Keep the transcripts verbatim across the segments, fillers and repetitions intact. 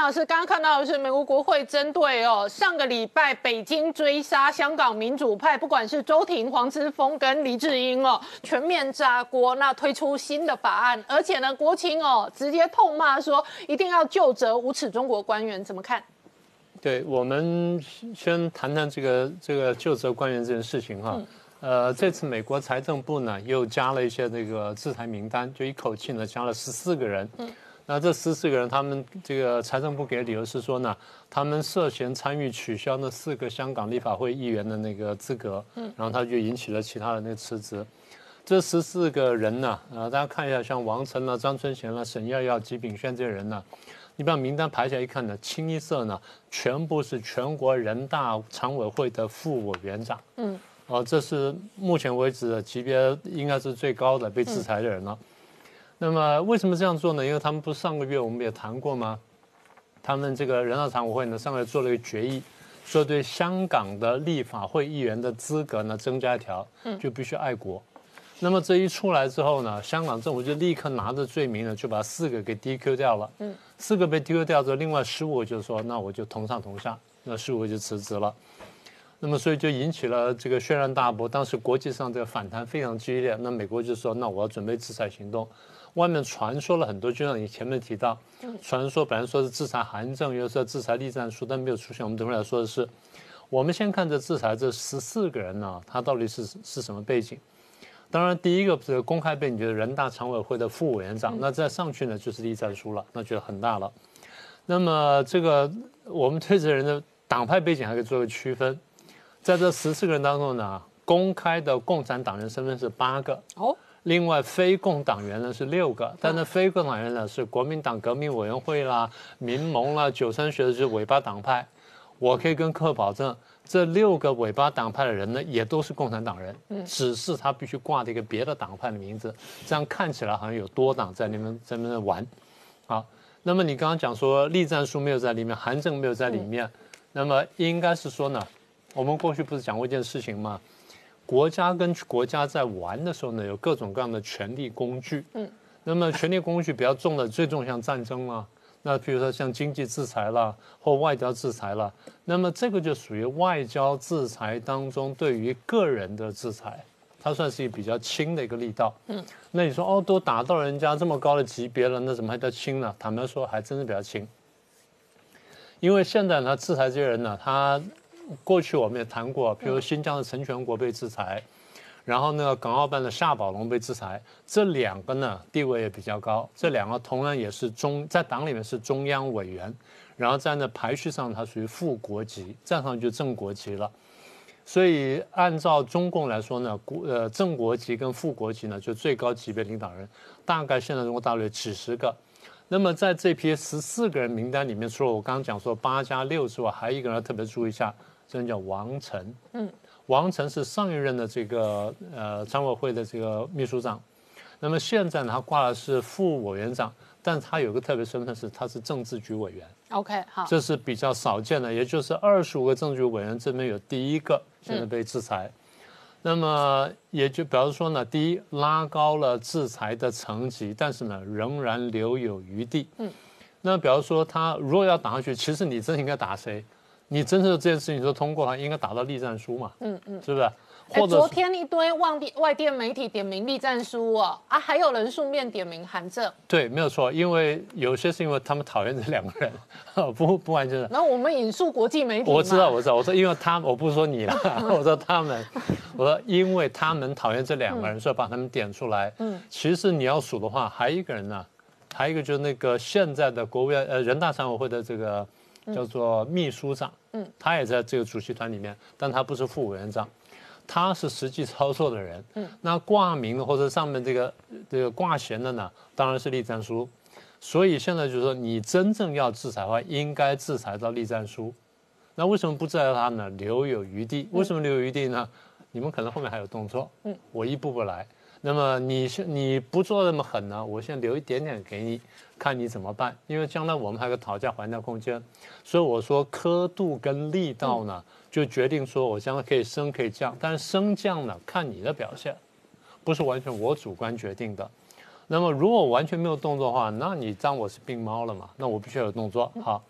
老师刚刚看到的是美国国会针对哦上个礼拜北京追杀香港民主派，不管是周庭、黄之锋跟黎智英哦，全面炸锅，那推出新的法案，而且呢，国情哦直接痛骂说一定要究责无耻中国官员，怎么看？ 对，我们先谈谈这个这个究责官员这件事情哈。嗯呃，这次美国财政部呢又加了一些这个制裁名单，就一口气呢加了十四个人。嗯，那这十四个人，他们这个财政部给的理由是说呢，他们涉嫌参与取消那四个香港立法会议员的那个资格。嗯，然后他就引起了其他人的辞职。这十四个人呢，呃，大家看一下，像王晨啦、张春贤啦、沈耀耀、吉炳轩这些人呢，你把名单排起来一看呢，清一色呢，全部是全国人大常委会的副委员长。嗯。哦，这是目前为止的级别应该是最高的被制裁的人了。嗯、那么为什么这样做呢？因为他们不是上个月我们也谈过吗？他们这个人大常委会呢上个月做了一个决议，说对香港的立法会议员的资格呢增加一条，就必须爱国。嗯、那么这一出来之后呢，香港政府就立刻拿着罪名呢就把四个给 D Q 掉了。嗯，四个被 D Q 掉之后，另外十五个就说那我就同上同下，那十五个就辞职了。那么，所以就引起了这个轩然大波。当时国际上这个反弹非常激烈，那美国就说：“那我要准备制裁行动。”外面传说了很多，就像你前面提到，传说本来说是制裁韩正，又说制裁栗战书，但没有出现。我们等会儿来说的是，我们先看这制裁这十四个人呢，他到底是是什么背景？当然，第一个是公开背景，就是人大常委会的副委员长，那再上去呢就是栗战书了，那就很大了。那么这个我们对这人的党派背景还可以做个区分。在这十四个人当中呢，公开的共产党员身份是八个，哦，另外非共党员呢是六个，但是非共党员呢是国民党革命委员会啦、民盟啦、九三学的就是尾巴党派。我可以跟各位保证，这六个尾巴党派的人呢，也都是共产党人，嗯，只是他必须挂着一个别的党派的名字，这样看起来好像有多党在里面在那边玩。好，那么你刚刚讲说栗战书没有在里面，韩正没有在里面，嗯、那么应该是说呢？我们过去不是讲过一件事情吗？国家跟国家在玩的时候呢，有各种各样的权力工具。嗯，那么权力工具比较重的，最重像战争啦，那比如说像经济制裁啦，或外交制裁啦，那么这个就属于外交制裁当中对于个人的制裁，它算是一个比较轻的一个力道。嗯，那你说哦，都打到人家这么高的级别了，那怎么还叫轻呢？坦白说，还真是比较轻。因为现在呢，制裁这些人呢，他过去我们也谈过，比如新疆的陈全国被制裁，然后呢，港澳办的夏宝龙被制裁，这两个呢地位也比较高，这两个同样也是中在党里面是中央委员，然后在那排序上它属于副国级，站上就正国级了。所以按照中共来说呢，国呃正国级跟副国级呢，就最高级别领导人，大概现在中国大陆有几十个。那么在这批十四个人名单里面，除了我刚刚讲说八加六之外，还有一个人要特别注意一下。这人叫王晨，嗯，王晨是上一任的这个呃常委会的这个秘书长，那么现在呢，他挂的是副委员长，但他有个特别身份是他是政治局委员 ，OK， 好， 这是比较少见的，也就是二十五个政治局委员这边有第一个现在被制裁，嗯、那么也就表示说呢，第一拉高了制裁的层级，但是呢仍然留有余地，嗯，那比方说他如果要打下去，其实你真应该打谁？你真正的这件事情说通过了，应该打到栗战书嘛？嗯嗯，是不是？ 或者昨天一堆外外电媒体点名栗战书哦，啊，还有人顺便点名韩正。 对，没有错，因为有些是因为他们讨厌这两个人，不不完全是。 然后我们引述国际媒体， 我知道，我知道，我说因为他，我不是说你啦，我说他们，我说因为他们讨厌这两个人，所以把他们点出来。嗯，其实你要数的话，还有一个人呢，还有一个就是那个现在的国务院呃人大常委会的这个。叫做秘书长，嗯，他也在这个主席团里面，但他不是副委员长，他是实际操作的人，嗯，那挂名的或者上面这个这个挂衔的呢，当然是栗战书，所以现在就是说，你真正要制裁的话，应该制裁到栗战书，那为什么不制裁他呢？留有余地，为什么留有余地呢？你们可能后面还有动作，嗯，我一步步来。那么你你不做那么狠呢，我先留一点点给你，看你怎么办。因为将来我们还有个讨价还价空间，所以我说刻度跟力道呢，就决定说我将来可以升可以降，但是升降呢看你的表现，不是完全我主观决定的。那么如果完全没有动作的话，那你当我是病猫了嘛？那我必须要有动作。好，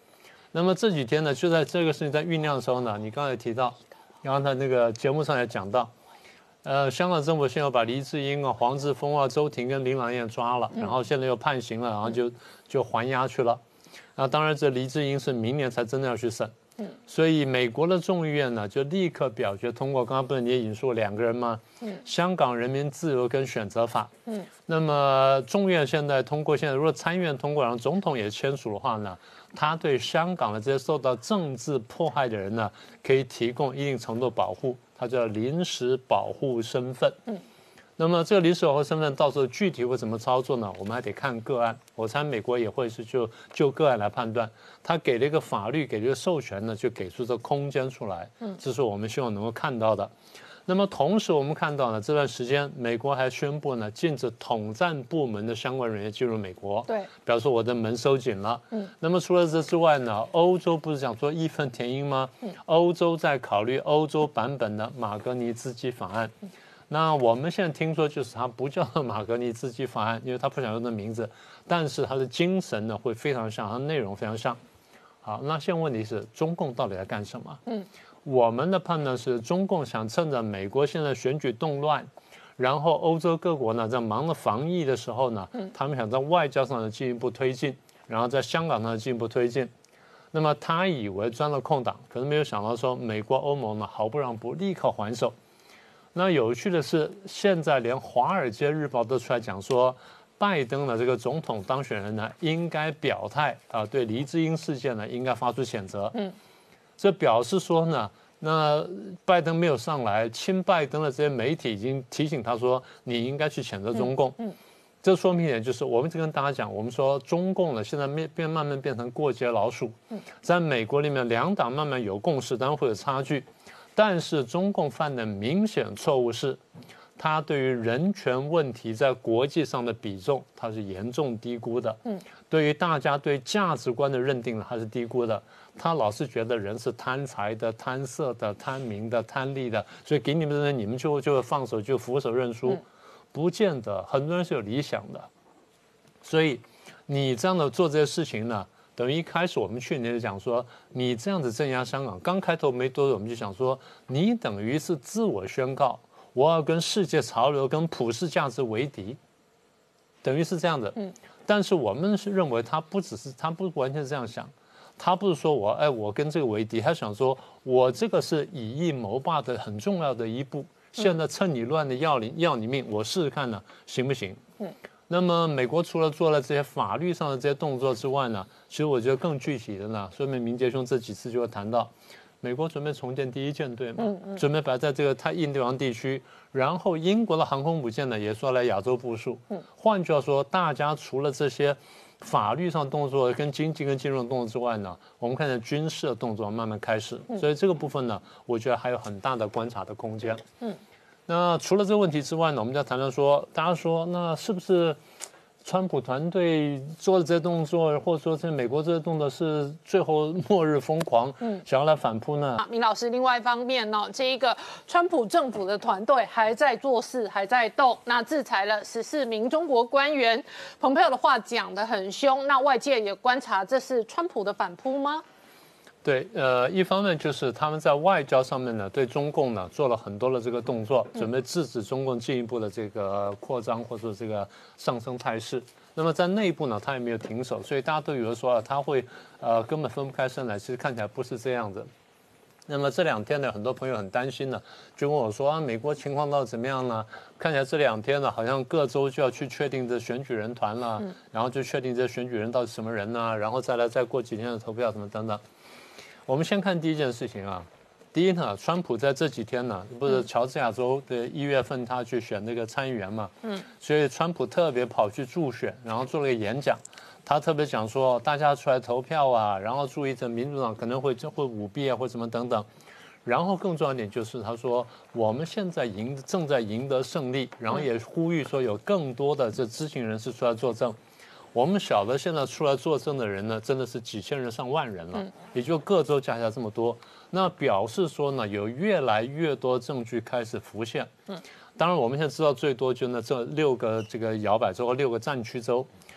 那么这几天呢，就在这个事情在酝酿的时候呢，你刚才提到，刚才那个节目上也讲到，呃，香港政府现在把黎智英啊、黄之锋啊、周庭跟林朗彦抓了，然后现在又判刑了，然后就就还押去了。那当然，这黎智英是明年才真的要去审。嗯，所以美国的众议院呢，就立刻表决通过。刚刚不是你也引述了两个人吗？嗯，香港人民自由跟选择法。嗯，那么众院现在通过，现在如果参议院通过，然后总统也签署的话呢，他对香港的这些受到政治迫害的人呢，可以提供一定程度保护，它叫临时保护身份。嗯。那么这个临时保护身份到时候具体会怎么操作呢？我们还得看个案。我猜美国也会是就就个案来判断。他给了一个法律，给了一个授权呢，就给出这空间出来。嗯，这是我们希望能够看到的。那么同时我们看到呢，这段时间美国还宣布呢，禁止统战部门的相关人员进入美国。 对， 表示我的门收紧了。嗯，那么除了这之外呢，欧洲不是讲说义愤填膺吗？嗯，欧洲在考虑欧洲版本的马格尼茨基法案。嗯，那我们现在听说，就是它不叫马格尼茨基法案，因为它不想用这名字，但是它的精神呢会非常像，它内容非常像。好，那现在问题是，中共到底在干什么？嗯，我们的判断是，中共想趁着美国现在选举动乱，然后欧洲各国呢在忙着防疫的时候呢，他们想在外交上的进一步推进，然后在香港上的进一步推进。那么他以为钻了空档，可是没有想到说，美国、欧盟呢毫不让步，立刻还手。那有趣的是，现在连《华尔街日报》都出来讲说，拜登的这个总统当选人呢，应该表态啊，对黎智英事件呢，应该发出谴责。嗯，这表示说呢，那拜登没有上来，亲拜登的这些媒体已经提醒他说，你应该去谴责中共。嗯，这说明一点就是，我们就跟大家讲，我们说中共呢，现在变变慢慢变成过街老鼠。嗯，在美国里面，两党慢慢有共识，当然会有差距。但是中共犯的明显错误是，他对于人权问题在国际上的比重，他是严重低估的。嗯，对于大家对价值观的认定呢，他是低估的。他老是觉得人是贪财的、贪色的、贪名的、贪利的，所以给你们的人，你们就就放手就俯首认输，不见得。很多人是有理想的，所以你这样的做这些事情呢？等于一开始我们去年就讲说，你这样子镇压香港，刚开头没多久我们就想说，你等于是自我宣告，我要跟世界潮流、跟普世价值为敌，等于是这样的。嗯，但是我们是认为他不只是，他不完全是这样想，他不是说我哎我跟这个为敌，他想说我这个是以夷谋霸的很重要的一步，现在趁你乱的要你要你命，我试试看呢行不行？嗯。那么，美国除了做了这些法律上的这些动作之外呢，其实我觉得更具体的呢，说明明杰兄这几次就会谈到，美国准备重建第一舰队嘛，嗯嗯、准备摆在这个太印度洋地区，然后英国的航空母舰呢也说来亚洲部署。嗯，换句话说，大家除了这些法律上动作跟经济跟金融动作之外呢，我们看见军事的动作慢慢开始，所以这个部分呢，我觉得还有很大的观察的空间。嗯。那除了这个问题之外呢，我们在谈论说，大家说那是不是川普团队做的这些动作，或者说在美国这些动作是最后末日疯狂，嗯，想要来反扑呢？ 明老师，另外一方面呢，这一个川普政府的团队还在做事，还在动，那制裁了十四名中国官员，蓬佩奥的话讲得很凶，那外界也观察这是川普的反扑吗？ 对，呃，一方面就是他们在外交上面呢，对中共呢做了很多的这个动作，准备制止中共进一步的这个扩张或者这个上升态势。那么在内部呢，他也没有停手，所以大家都以为说他会呃根本分不开身来，其实看起来不是这样子。那么这两天呢，很多朋友很担心呢，就问我说啊，美国情况到底怎么样呢？看起来这两天呢，好像各州就要去确定这选举人团了，嗯、然后就确定这选举人到底什么人呢？然后再来再过几天的投票什么等等。我们先看第一件事情啊，第一呢，川普在这几天呢，不是乔治亚州的一月份他去选那个参议员嘛，嗯，所以川普特别跑去助选，然后做了个演讲，他特别讲说大家出来投票啊，然后注意这民主党可能会会舞弊啊或什么等等，然后更重要一点就是他说我们现在赢正在赢得胜利，然后也呼吁说有更多的这知情人士出来作证。我们晓得现在出来作证的人呢，真的是几千人上万人了，也就各州加起来这么多。那表示说呢，有越来越多证据开始浮现。嗯，当然我们现在知道最多就那这六个这个摇摆州和六个战区州。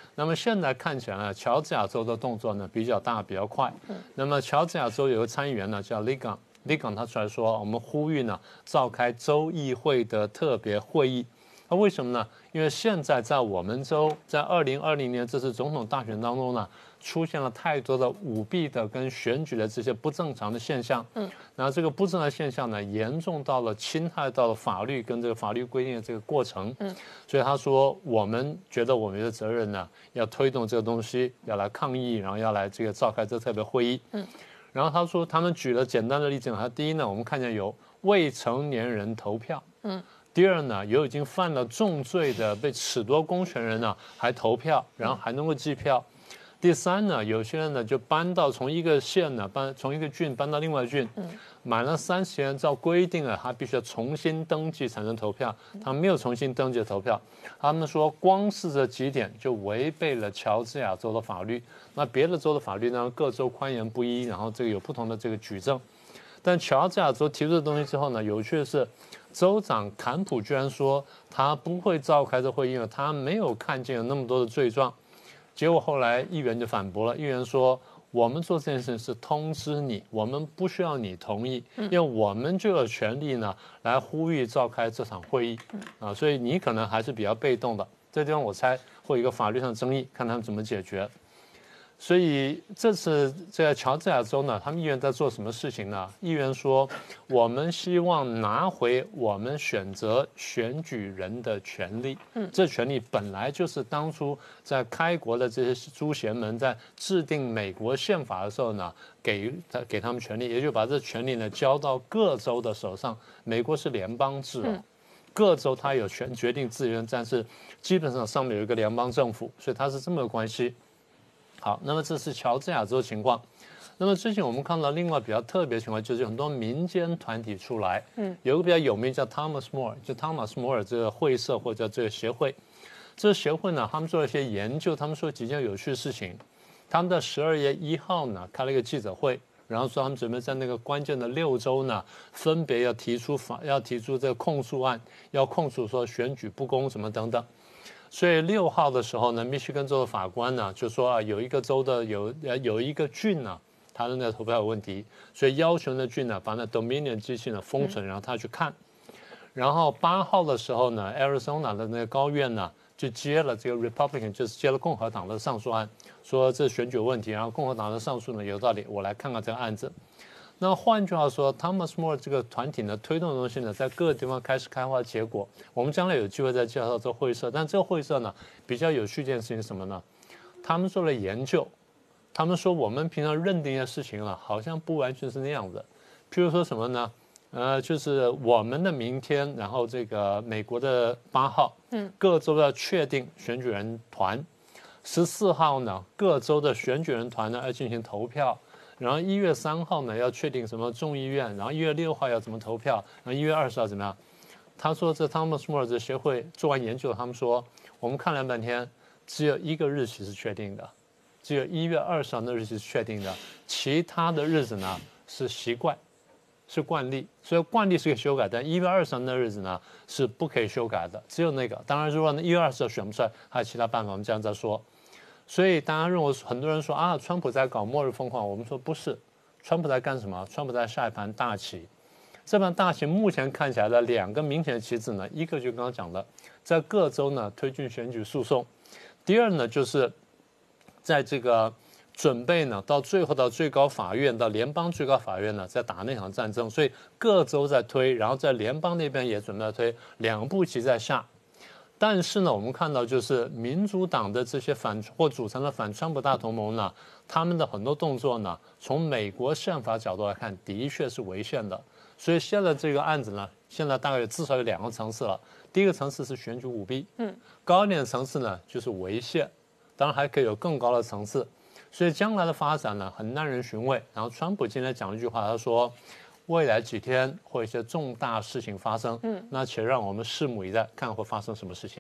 那么现在看起来呢，乔治亚州的动作呢比较大、比较快。嗯、那么乔治亚州有个参议员呢叫 Ligon，Ligon 他出来说，我们呼吁呢召开州议会的特别会议。那为什么呢？因为现在在我们州，在二零二零年这次总统大选当中呢，出现了太多的舞弊的跟选举的这些不正常的现象。嗯，然后这个不正常的现象呢，严重到了侵害到了法律跟这个法律规定的这个过程。嗯，所以他说，我们觉得我们的责任呢，要推动这个东西，要来抗议，然后要来这个召开这特别会议。嗯，然后他说，他们举了简单的例子，他第一呢，我们看见有未成年人投票。嗯。第二呢，有已经犯了重罪的被褫夺公权人呢，还投票，然后还能够计票。第三呢，有些人呢就搬到从一个县呢搬从一个郡搬到另外一个郡，满了三十天，照规定啊，他必须要重新登记才能投票。他没有重新登记投票，他们说光是这几点就违背了乔治亚州的法律。那别的州的法律呢，各州宽严不一，然后这个有不同的这个举证。但乔治亚州提出的东西之后呢，有趣的是，州长坎普居然说他不会召开这会议，因为他没有看见有那么多的罪状。结果后来议员就反驳了，议员说我们做这件事是通知你，我们不需要你同意，因为我们就有权利呢来呼吁召开这场会议啊，所以你可能还是比较被动的。这地方我猜会有一个法律上的争议，看他们怎么解决。所以这次这个乔治亚州呢，他们议员在做什么事情呢？议员说，我们希望拿回我们选择选举人的权利。嗯，这权利本来就是当初在开国的这些诸贤们在制定美国宪法的时候呢，给给他们权利，也就把这权利呢交到各州的手上。美国是联邦制哦。各州它有权决定自由，但是基本上上面有一个联邦政府，所以它是这么个关系。好，那么这是乔治亚州的情况。那么最近我们看到另外比较特别的情况，就是很多民间团体出来，嗯，有一个比较有名叫 Thomas More， 就汤马斯摩尔这个会社或者这个协会。这个协会呢，他们做了一些研究，他们说几件有趣的事情。他们在十二月一号呢开了一个记者会，然后说他们准备在那个关键的六州呢，分别要提出法，要提出这个控诉案，要控诉说选举不公什么等等。所以六号的时候呢，密西根州的法官呢就说啊，有一个州的有呃有一个郡呢，他的那个投票有问题，所以要求那郡呢把那 Dominion 机器呢封存，然后他去看。然后八号的时候呢 ，Arizona 的那个高院呢就接了这个 Republican， 就是接了共和党的上诉案，说这选举有问题，然后共和党的上诉呢有道理，我来看看这个案子。那换句话说 ，Thomas More 这个团体呢推动的东西呢，在各个地方开始开花结果。我们将来有机会再介绍这个会社，但这个会社呢比较有趣一件事情是什么呢？他们做了研究，他们说我们平常认定的事情啊，好像不完全是那样的。譬如说什么呢？呃，就是我们的明天，然后这个美国的八号，嗯，各州要确定选举人团。十四号呢，各州的选举人团呢要进行投票。然后一月三号呢要确定什么众议院，然后一月六号要怎么投票，然后一月二十号怎么样？他说这 Thomas More 这协会做完研究，他们说我们看了半天，只有一个日期是确定的，只有一月二十号的日期是确定的，其他的日子呢是习惯，是惯例，所以惯例是可以修改，但一月二十号的日子呢是不可以修改的，只有那个。当然，如果一月二十号选不出来，还有其他办法，我们这样再说。所以大家认为，很多人说啊，川普在搞末日疯狂，我们说不是，川普在干什么？川普在下一盘大棋。这盘大棋目前看起来的两个明显的棋子呢，一个就刚刚讲的，在各州呢推进选举诉讼；第二呢，就是在这个准备呢到最后到最高法院，到联邦最高法院呢，在打那场战争。所以各州在推，然后在联邦那边也准备要推，两步棋在下。但是呢，我们看到就是民主党的这些反或组成的反川普大同盟呢，他们的很多动作呢，从美国宪法角度来看，的确是违宪的。所以现在这个案子呢，现在大概至少有两个层次了。第一个层次是选举舞弊，嗯，高一点的层次呢就是违宪，当然还可以有更高的层次。所以将来的发展呢，很耐人寻味。然后川普今天讲了一句话，他说，未来几天会有一些重大事情发生，嗯，那且让我们拭目以待，看会发生什么事情。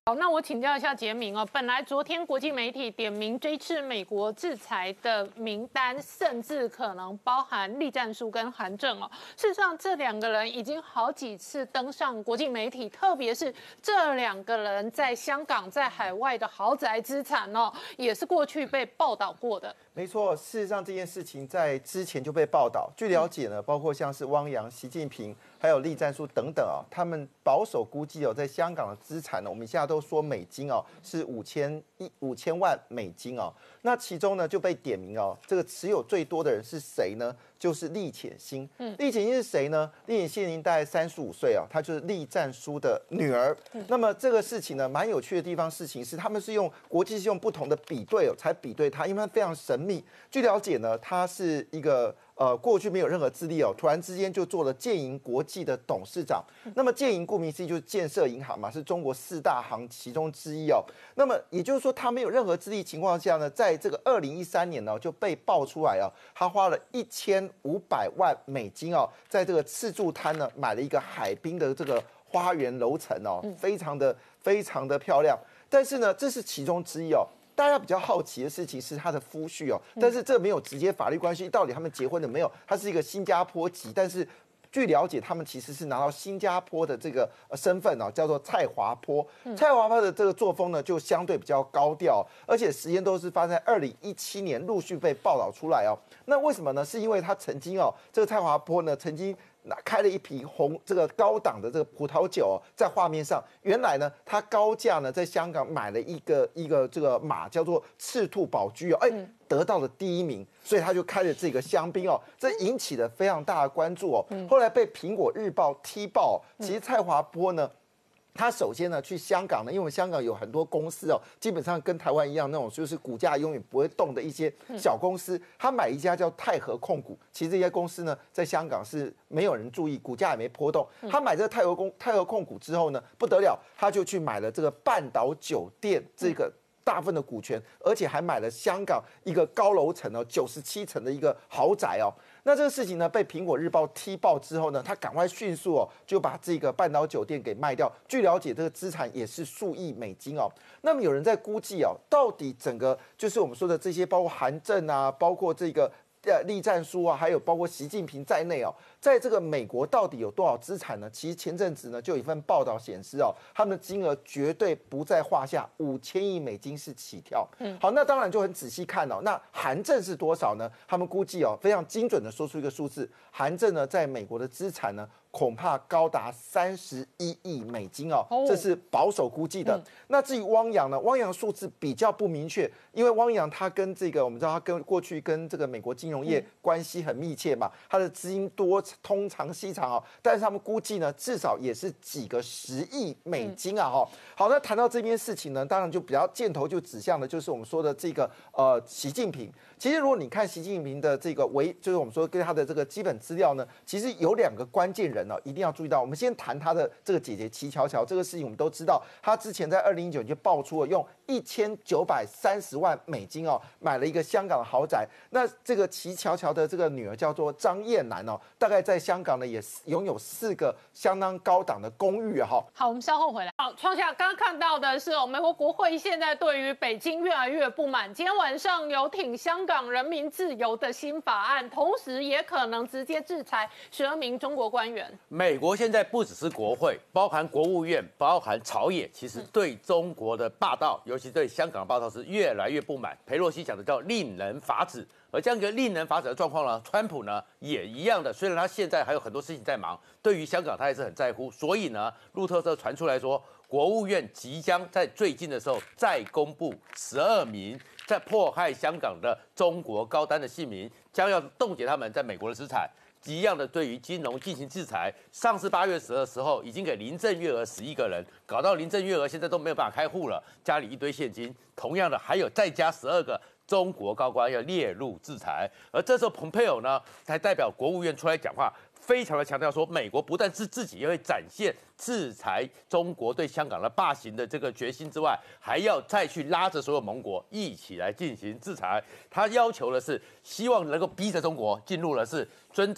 好，那我请教一下杰明哦。本来昨天国际媒体点名这次美国制裁的名单，甚至可能包含栗战书跟韩正哦。事实上，这两个人已经好几次登上国际媒体，特别是这两个人在香港、在海外的豪宅资产哦，也是过去被报道过的。 没错，事实上这件事情在之前就被报道。据了解呢，包括像是汪洋、习近平，还有栗战书等等啊，他们保守估计哦，在香港的资产呢，我们现在都说美金哦，是五千一五千万美金哦。那其中呢就被点名哦，这个持有最多的人是谁呢？就是厉潜星。嗯，厉潜星是谁呢？厉潜星您大概三十五岁哦，她就是栗战书的女儿。嗯、那么这个事情呢，蛮有趣的地方，事情是他们是用国际是用不同的比对哦，才比对她，因为她非常神秘。据了解呢，她是一个。呃，过去没有任何资历哦，突然之间就做了建银国际的董事长。那么建银顾名思义就是建设银行嘛，是中国四大行其中之一哦。那么也就是说，他没有任何资历情况下呢，在这个二零一三年呢就被爆出来哦，他花了一千五百万美金哦，在这个赤柱滩呢买了一个海滨的这个花园楼层哦，非常的非常的漂亮。但是呢，这是其中之一哦。大家比较好奇的事情是他的夫婿哦，但是这没有直接法律关系，到底他们结婚了没有？他是一个新加坡籍，但是据了解，他们其实是拿到新加坡的这个身份哦，叫做蔡华坡。蔡华坡的这个作风呢，就相对比较高调，而且时间都是发生在二零一七年陆续被报道出来哦。那为什么呢？是因为他曾经哦，这个蔡华坡呢曾经。开了一瓶红这个高档的这个葡萄酒、哦，在画面上，原来呢，他高价呢在香港买了一个一个这个马叫做赤兔宝驹哦，哎，得到了第一名，所以他就开了这个香槟哦，这引起了非常大的关注哦。后来被苹果日报踢爆，其实蔡华坡呢。他首先呢去香港呢，因为我们香港有很多公司哦，基本上跟台湾一样那种就是股价永远不会动的一些小公司。他买一家叫泰和控股，其实这家公司呢在香港是没有人注意，股价也没波动。他买这个泰和控泰和控股之后呢，不得了，他就去买了这个半岛酒店这个。大部分的股权，而且还买了香港一个高楼层哦，九十七层的一个豪宅哦。那这个事情呢，被苹果日报踢爆之后呢，他赶快迅速哦，就把这个半岛酒店给卖掉。据了解，这个资产也是数亿美金哦。那么有人在估计哦，到底整个就是我们说的这些，包括韩正啊，包括这个。呃，栗战书啊，还有包括习近平在内哦，在这个美国到底有多少资产呢？其实前阵子呢，就有一份报道显示哦，他们的金额绝对不在话下，五千亿美金是起跳。嗯，好，那当然就很仔细看哦，那韩正是多少呢？他们估计哦，非常精准的说出一个数字，韩正呢，在美国的资产呢。恐怕高达三十一亿美金哦，这是保守估计的。嗯、那至于汪洋呢？汪洋数字比较不明确，因为汪洋他跟这个我们知道他跟过去跟这个美国金融业关系很密切嘛，他的资金多通常西长哦，但是他们估计呢，至少也是几个十亿美金啊哈、哦。好，那谈到这件事情呢，当然就比较箭头就指向的就是我们说的这个呃习近平。其实如果你看习近平的这个为，就是我们说跟他的这个基本资料呢，其实有两个关键人。一定要注意到，我们先谈他的这个姐姐齐乔乔这个事情，我们都知道，他之前在二零一九就爆出了用一千九百三十万美金哦买了一个香港的豪宅。那这个齐乔乔的这个女儿叫做张燕楠哦，大概在香港呢也拥有四个相当高档的公寓哈。 好，我们稍后回来。好，创下刚刚看到的是哦，美国国会现在对于北京越来越不满，今天晚上有挺香港人民自由的新法案，同时也可能直接制裁十二名中国官员。 美国现在不只是国会，包含国务院，包含朝野，其实对中国的霸道，尤其对香港的霸道是越来越不满。裴洛西讲的叫令人发指，而这样一个令人发指的状况呢，川普呢也一样的，虽然他现在还有很多事情在忙，对于香港他还是很在乎，所以呢，路透社传出来说，国务院即将在最近的时候再公布十二名在迫害香港的中国高端的姓名，将要冻结他们在美国的资产。一样的，对于金融进行制裁。上次八月十的时候，已经给林郑月娥十一个人，搞到林郑月娥现在都没有办法开户了，家里一堆现金。同样的，还有再加十二个中国高官要列入制裁。而这时候，蓬佩奥呢，才代表国务院出来讲话，非常的强调说，美国不但是自己也会展现制裁中国对香港的霸行的这个决心之外，还要再去拉着所有盟国一起来进行制裁。他要求的是，希望能够逼着中国进入的是遵照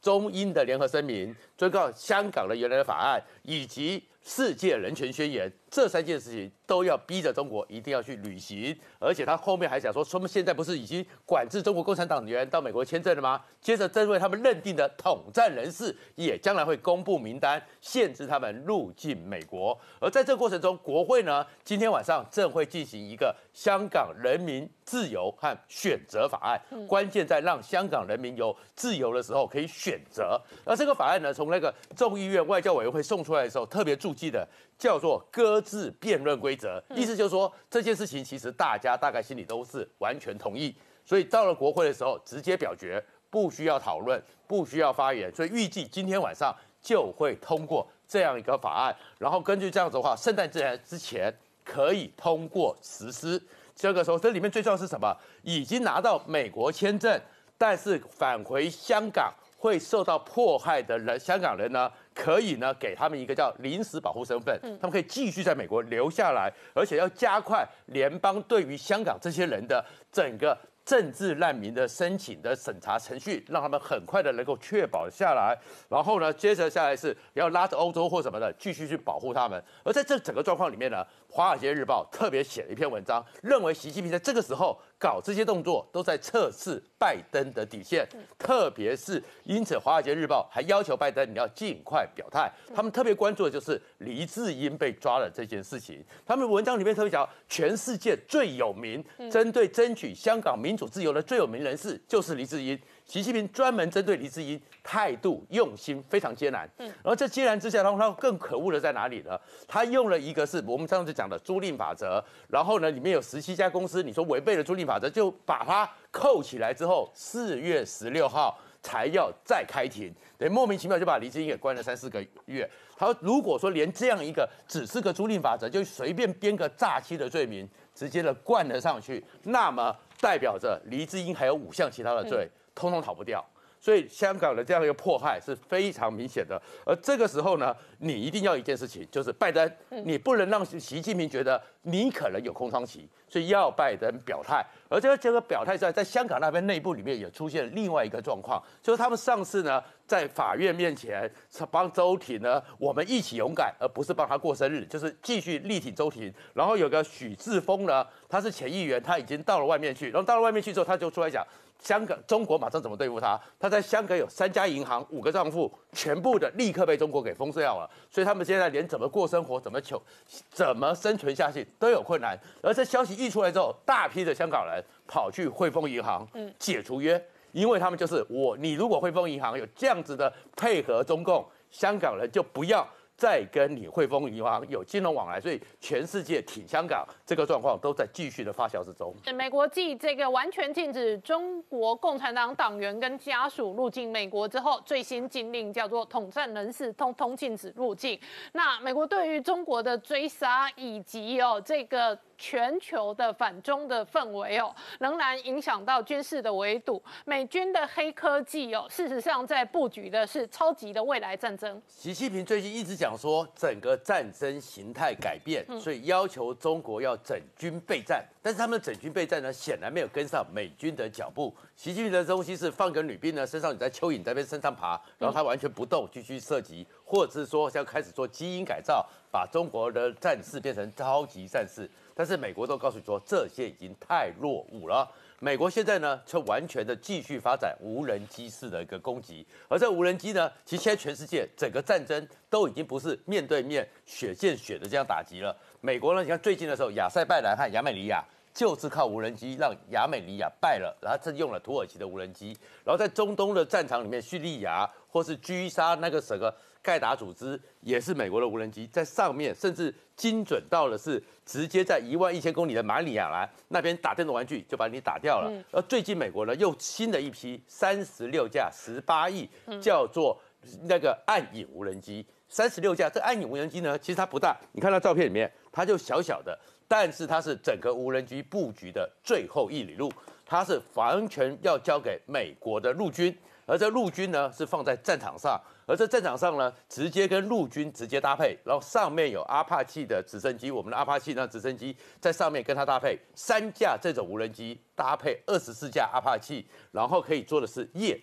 中英的联合声明，遵照香港的原来的法案，以及世界人权宣言，这三件事情都要逼着中国一定要去履行。而且他后面还讲说，他们现在不是已经管制中国共产党员到美国签证了吗？接着针对他们认定的统战人士，也将来会公布名单，限制他们入境美国。而在这个过程中，国会呢今天晚上正会进行一个香港人民自由和选择法案，嗯、关键在让香港人民有自由的时候可以选择。而这个法案呢，从那个众议院外交委员会送出来的时候，特别注记的叫做搁置辩论规则，意思就是说这件事情其实大家大概心里都是完全同意，所以到了国会的时候直接表决，不需要讨论，不需要发言，所以预计今天晚上就会通过这样一个法案，然后根据这样子的话，圣诞节之前可以通过实施。这个时候，这里面最重要的是什么？已经拿到美国签证，但是返回香港会受到迫害的人，香港人呢，可以呢给他们一个叫临时保护身份，他们可以继续在美国留下来，而且要加快联邦对于香港这些人的整个政治难民的申请的审查程序，让他们很快的能够确保下来。然后呢，接着下来是要拉着欧洲或什么的继续去保护他们。而在这整个状况里面呢，《华尔街日报》特别写了一篇文章，认为习近平在这个时候搞这些动作都在测试拜登的底线，特别是因此，《华尔街日报》还要求拜登你要尽快表态。他们特别关注的就是黎智英被抓了这件事情。他们文章里面特别讲，全世界最有名针对争取香港民主自由的最有名人士就是黎智英。习近平专门针对黎智英，态度用心非常艰难。嗯，然后这艰难之下，他更可恶的在哪里呢？他用了一个是我们上次讲的租赁法则，然后呢，里面有十七家公司，你说违背了租赁法则，就把它扣起来之后，四月十六号才要再开庭，等于莫名其妙就把黎智英给关了三四个月。他如果说连这样一个只是个租赁法则，就随便编个诈欺的罪名，直接的灌了上去，那么代表着黎智英还有五项其他的罪。嗯，通通逃不掉，所以香港的这样一个迫害是非常明显的。而这个时候呢，你一定要一件事情，就是拜登，你不能让习近平觉得你可能有空窗期，所以要拜登表态。而这个这个表态在在香港那边内部里面也出现另外一个状况，就是他们上次呢在法院面前帮周庭呢，我们一起勇敢，而不是帮他过生日，就是继续力挺周庭。然后有个许志峰呢，他是前议员，他已经到了外面去，然后到了外面去之后，他就出来讲。香港中国马上怎么对付他？他在香港有三家银行、五个账户，全部的立刻被中国给封掉了。所以他们现在连怎么过生活、怎么求、怎么生存下去都有困难。而这消息一出来之后，大批的香港人跑去汇丰银行解除约，因为他们就是我，你如果汇丰银行有这样子的配合中共，香港人就不要再跟你汇丰银行有金融往来，所以全世界挺香港这个状况都在继续的发酵之中。 美国继这个完全禁止中国共产党党员跟家属入境美国之后，最新禁令叫做统战人士通通禁止入境。那美国对于中国的追杀以及哦这个全球的反中的氛围哦，仍然影响到军事的围堵。美军的黑科技哦，事实上在布局的是超级的未来战争。 习近平最近一直讲说，整个战争形态改变，所以要求中国要整军备战。但是他们的整军备战呢，显然没有跟上美军的脚步。习近平的东西是放个女兵呢身上，你在蚯蚓在那边身上爬，然后他完全不动，继续射击，或者是说要开始做基因改造，把中国的战士变成超级战士。但是美国都告诉你说，这些已经太落伍了。美国现在呢，就完全的继续发展无人机式的一个攻击，而这无人机呢，其实现在全世界整个战争都已经不是面对面血见血的这样打击了。美国呢，你看最近的时候，亚塞拜然和亚美尼亚就是靠无人机让亚美尼亚败了，然后这用了土耳其的无人机，然后在中东的战场里面，叙利亚或是狙杀那个整个盖达组织也是美国的无人机在上面，甚至精准到了是直接在一万一千公里的马里亚兰那边打电动玩具就把你打掉了。嗯、而最近美国呢又新的一批三十六架十八亿，叫做那个暗影无人机，三十六架。这暗影无人机呢，其实它不大，你看到照片里面它就小小的，但是它是整个无人机布局的最后一里路，它是完全要交给美国的陆军。而这陆军呢是放在战场上，而这战场上呢直接跟陆军直接搭配，然后上面有阿帕奇的直升机，我们的阿帕奇那直升机在上面跟它搭配三架这种无人机，搭配二十四架阿帕奇，然后可以做的是夜战。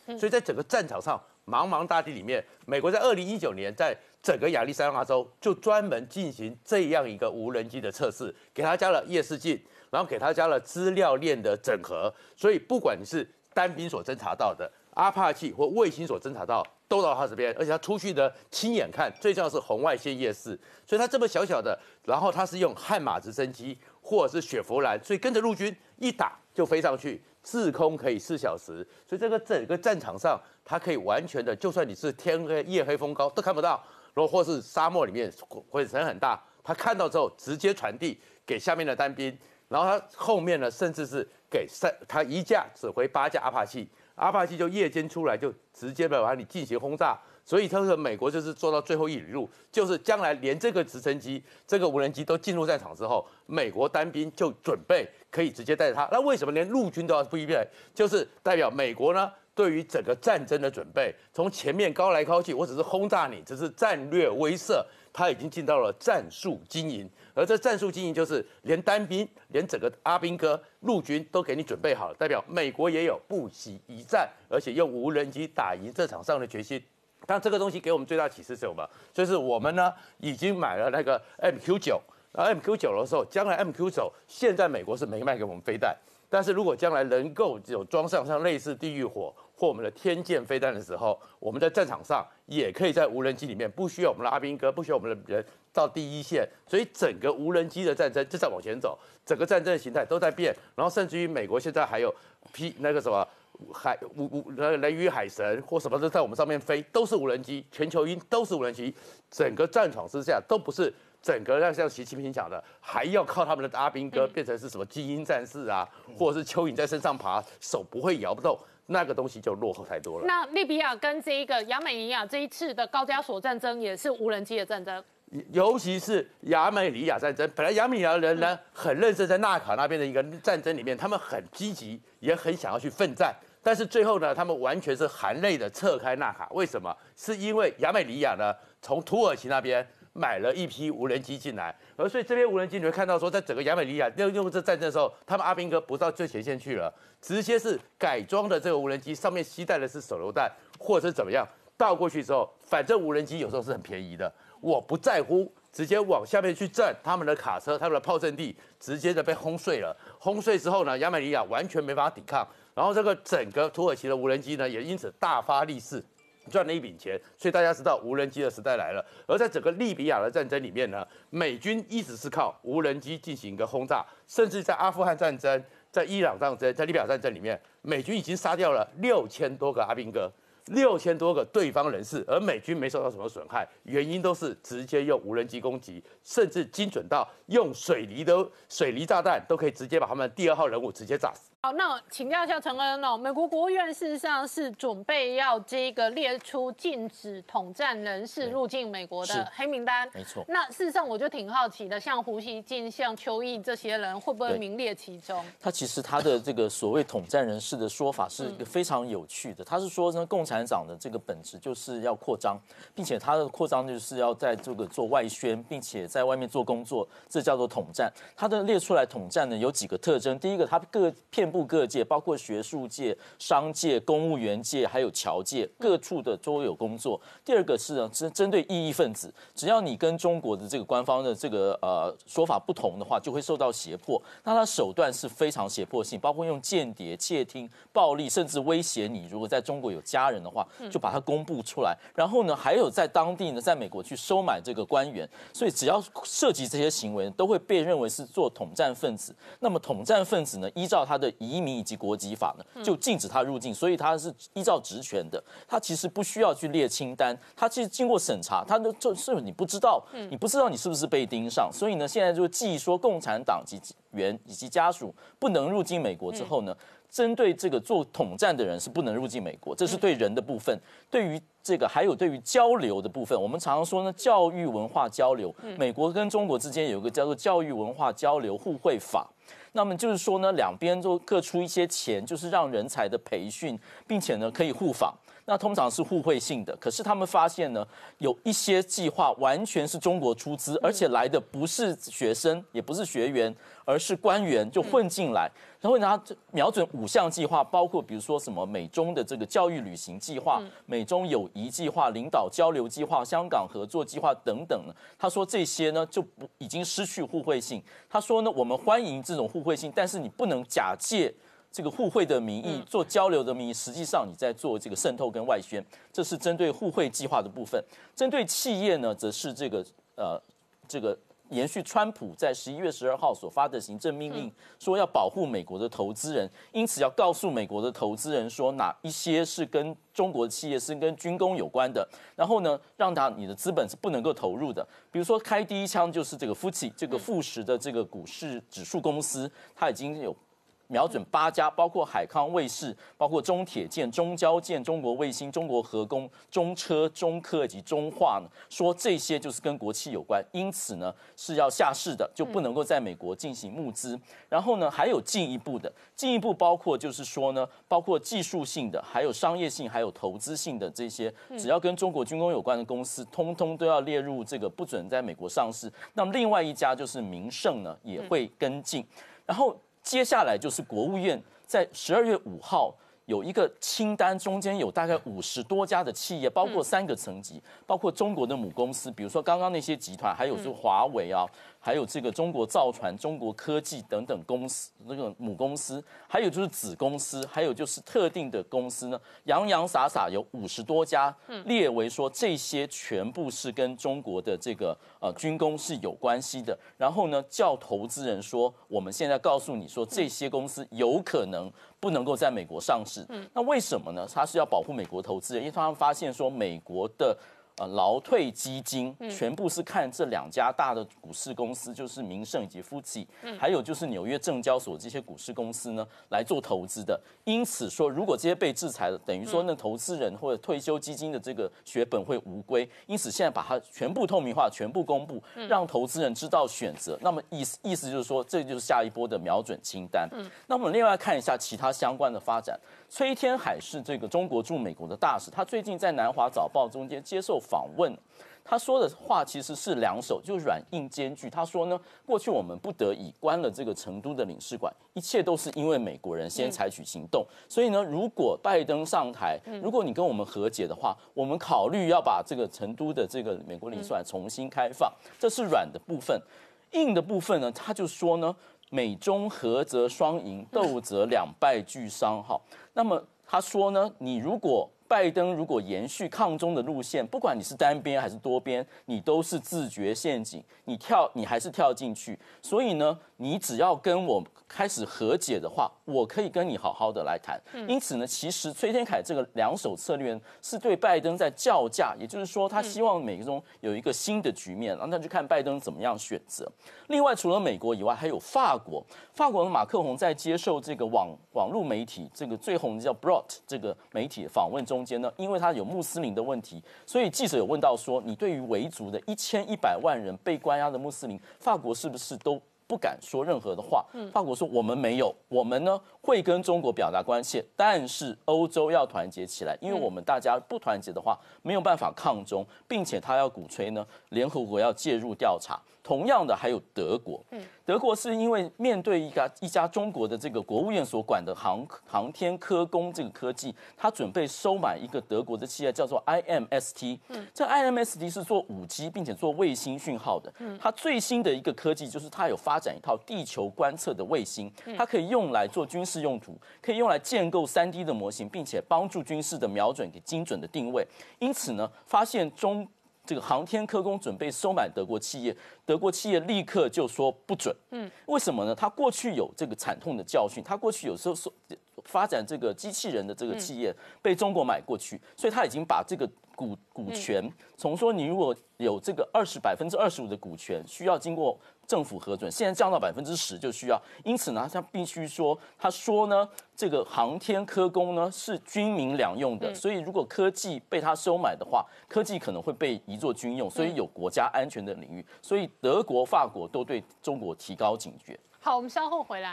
所以在整个战场上茫茫大地里面，美国在二零一九年在整个亚利桑那州就专门进行这样一个无人机的测试，给它加了夜视镜，然后给它加了资料链的整合，所以不管你是单兵所侦察到的阿帕奇或卫星所侦察到，都到他这边，而且他出去的亲眼看，最重要是红外线夜视，所以他这么小小的，然后他是用悍马直升机或者是雪佛兰，所以跟着陆军一打就飞上去，滞空可以四小时，所以这个整个战场上，它可以完全的，就算你是天黑夜黑风高都看不到，然后或是沙漠里面灰尘很大，他看到之后直接传递给下面的单兵。然后他后面呢，甚至是给三他一架指挥八架阿帕奇，阿帕奇就夜间出来就直接的把你进行轰炸。所以他说美国就是做到最后一里路，就是将来连这个直升机、这个无人机都进入战场之后，美国单兵就准备可以直接带着它。那为什么连陆军都要不一变？就是代表美国呢对于整个战争的准备，从前面高来高去，我只是轰炸你，只是战略威慑。他已经进到了战术经营，而这战术经营就是连单兵、连整个阿兵哥、陆军都给你准备好了，代表美国也有不惜一战，而且用无人机打赢这场仗的决心。但这个东西给我们最大启示是什么？就是我们呢已经买了那个 M Q 九，然后 M Q 九的时候，将来 M Q 九现在美国是没卖给我们飞弹，但是如果将来能够有装上像类似地狱火或我们的天剑飞弹的时候，我们在战场上也可以在无人机里面，不需要我们的阿兵哥，不需要我们的人到第一线，所以整个无人机的战争就在往前走，整个战争的形态都在变，然后甚至于美国现在还有 P 那个什么海无无那个雷雨海神或什么都在我们上面飞，都是无人机，全球鹰都是无人机，整个战场之下都不是。整个让像习近平讲的，还要靠他们的阿兵哥变成是什么精英战士啊，或者是蚯蚓在身上爬，手不会摇不动，那个东西就落后太多了。 那利比亚跟这一个亚美尼亚这一次的高加索战争也是无人机的战争， 尤其是亚美尼亚战争，本来亚美尼亚人呢很认真，在纳卡那边的一个战争里面，他们很积极，也很想要去奋战。但是最后呢，他们完全是含泪的撤开纳卡。为什么？是因为亚美尼亚呢从土耳其那边买了一批无人机进来，而所以这边无人机你会看到说，在整个亚美尼亚用用这战争的时候，他们阿兵哥不到最前线去了，直接是改装的这个无人机，上面携带的是手榴弹或者是怎么样，倒过去之后，反正无人机有时候是很便宜的，我不在乎，直接往下面去震他们的卡车、他们的炮阵地，直接的被轰碎了。轰碎之后呢，亚美尼亚完全没法抵抗，然后这个整个土耳其的无人机呢，也因此大发利市。赚了一笔钱，所以大家知道无人机的时代来了。而在整个利比亚的战争里面呢，美军一直是靠无人机进行一个轰炸，甚至在阿富汗战争、在伊朗战争、在利比亚战争里面，美军已经杀掉了六千多个阿兵哥。六千多个对方人士，而美军没受到什么损害，原因都是直接用无人机攻击，甚至精准到用水泥的水泥炸弹都可以直接把他们第二号人物直接炸死。 好，那请教一下陈恩哦，美国国务院事实上是准备要这个列出禁止统战人士入境美国的黑名单， 没错。 那事实上我就挺好奇的，像胡锡进、像邱毅这些人会不会名列其中？ 他其实他的这个所谓统战人士的说法是一个非常有趣的，他是说呢，共产党的这个本质就是要扩张，并且他的扩张就是要在这个做外宣，并且在外面做工作，这叫做统战。他的列出来统战呢有几个特征，第一个，他各遍布各界，包括学术界、商界、公务员界，还有侨界，各处的都有工作。第二个是呢，针针对异议分子，只要你跟中国的这个官方的这个呃说法不同的话，就会受到胁迫。那他手段是非常胁迫性，包括用间谍、窃听、暴力，甚至威胁你，如果在中国有家人的话，就把它公布出来。然后呢，还有在当地呢，在美国去收买这个官员，所以只要涉及这些行为，都会被认为是做统战分子。那么统战分子呢，依照他的移民以及国籍法呢，就禁止他入境，所以他是依照职权的，他其实不需要去列清单，他其实经过审查，他都就是你不知道，你不知道你是不是被盯上，所以呢，现在就既说共产党及员以及家属不能入境美国之后呢，针对这个做统战的人是不能入境美国，这是对人的部分。对于这个还有对于交流的部分，我们常常说呢，教育文化交流，美国跟中国之间有一个叫做教育文化交流互惠法。那么就是说呢，两边都各出一些钱，就是让人才的培训，并且呢可以互访。那通常是互惠性的，可是他们发现呢，有一些计划完全是中国出资，而且来的不是学生，也不是学员，而是官员就混进来。然后呢，瞄准五项计划，包括比如说什么美中的这个教育旅行计划、美中友谊计划、领导交流计划、香港合作计划等等呢。他说这些呢就不已经失去互惠性。他说呢，我们欢迎这种互惠性，但是你不能假借这个互惠的名义做交流的名义，实际上你在做这个渗透跟外宣，这是针对互惠计划的部分。针对企业呢，则是这个呃这个延续川普在十一月十二号所发的行政命令，说要保护美国的投资人，因此要告诉美国的投资人说哪一些是跟中国的企业是跟军工有关的，然后呢，让他你的资本是不能够投入的。比如说开第一枪就是这个富时这个富时的这个股市指数公司，它已经有瞄准八家，包括海康卫视、包括中铁建、中交建、中国卫星、中国核工、中车、中科以及中化呢，说这些就是跟国企有关，因此呢是要下市的，就不能够在美国进行募资。然后呢，还有进一步的，进一步包括就是说呢，包括技术性的、还有商业性、还有投资性的这些，只要跟中国军工有关的公司，通通都要列入这个不准在美国上市。那么另外一家就是民盛呢，也会跟进，然后。接下来就是国务院在十二月五号有一个清单，中间有大概五十多家的企业，包括三个层级，包括中国的母公司，比如说刚刚那些集团，还有就是华为啊，还有这个中国造船、中国科技等等公司，那个母公司，还有就是子公司，还有就是特定的公司呢，洋洋洒洒有五十多家，列为说这些全部是跟中国的这个呃军工是有关系的。然后呢，叫投资人说，我们现在告诉你说，这些公司有可能不能够在美国上市。那为什么呢？他是要保护美国投资人，因为他们发现说美国的。呃，劳退基金全部是看这两家大的股市公司，就是民盛以及富时，还有就是纽约证交所这些股市公司呢来做投资的。因此说，如果这些被制裁了，等于说那投资人或者退休基金的这个血本会无归。因此现在把它全部透明化，全部公布，让投资人知道选择。那么意思意思就是说，这就是下一波的瞄准清单。那我们另外看一下其他相关的发展。崔天海是这个中国驻美国的大使，他最近在南华早报中间接受访问，他说的话其实是两手，就软硬兼具。他说呢，过去我们不得已关了这个成都的领事馆，一切都是因为美国人先采取行动。所以呢，如果拜登上台，如果你跟我们和解的话，我们考虑要把这个成都的这个美国领事馆重新开放。这是软的部分，硬的部分呢，他就说呢。美中和则双赢，斗则两败俱伤。哈，那么他说呢，你如果拜登如果延续抗中的路线，不管你是单边还是多边，你都是自掘陷阱，你跳你还是跳进去。所以呢，你只要跟我开始和解的话，我可以跟你好好的来谈。因此呢，其实崔天凯这个两手策略是对拜登在叫价，也就是说，他希望美中有一个新的局面，然后那就看拜登怎么样选择。另外，除了美国以外，还有法国。法国的马克宏在接受这个网网络媒体这个最红的叫 Brot 这个媒体的访问中间呢，因为他有穆斯林的问题，所以记者有问到说，你对于维族的一千一百万人被关押的穆斯林，法国是不是都不敢说任何的话？法国说我们没有，我们呢会跟中国表达关切，但是欧洲要团结起来，因为我们大家不团结的话，没有办法抗中，并且他要鼓吹呢，联合国要介入调查。同样的还有德国，德国是因为面对一家一家中国的这个国务院所管的航航天科工这个科技，他准备收买一个德国的企业叫做 I M S T， 这 I M S T 是做五 G 并且做卫星讯号的，它最新的一个科技就是它有发展一套地球观测的卫星，它可以用来做军事用途，可以用来建构 三 D 的模型，并且帮助军事的瞄准给精准的定位。因此呢，发现中这个航天科工准备收买德国企业，德国企业立刻就说不准。嗯，为什么呢？他过去有这个惨痛的教训，他过去有时候说发展这个机器人的这个企业被中国买过去，所以他已经把这个股股权从说你如果有这个二十百分之二十五的股权，需要经过政府核准，现在降到百分之十就需要。因此呢，他必须说，他说呢，这个航天科工呢是军民两用的，所以如果科技被他收买的话，科技可能会被移作军用，所以有国家安全的领域，所以德国、法国都对中国提高警觉。 好，我们稍后回来。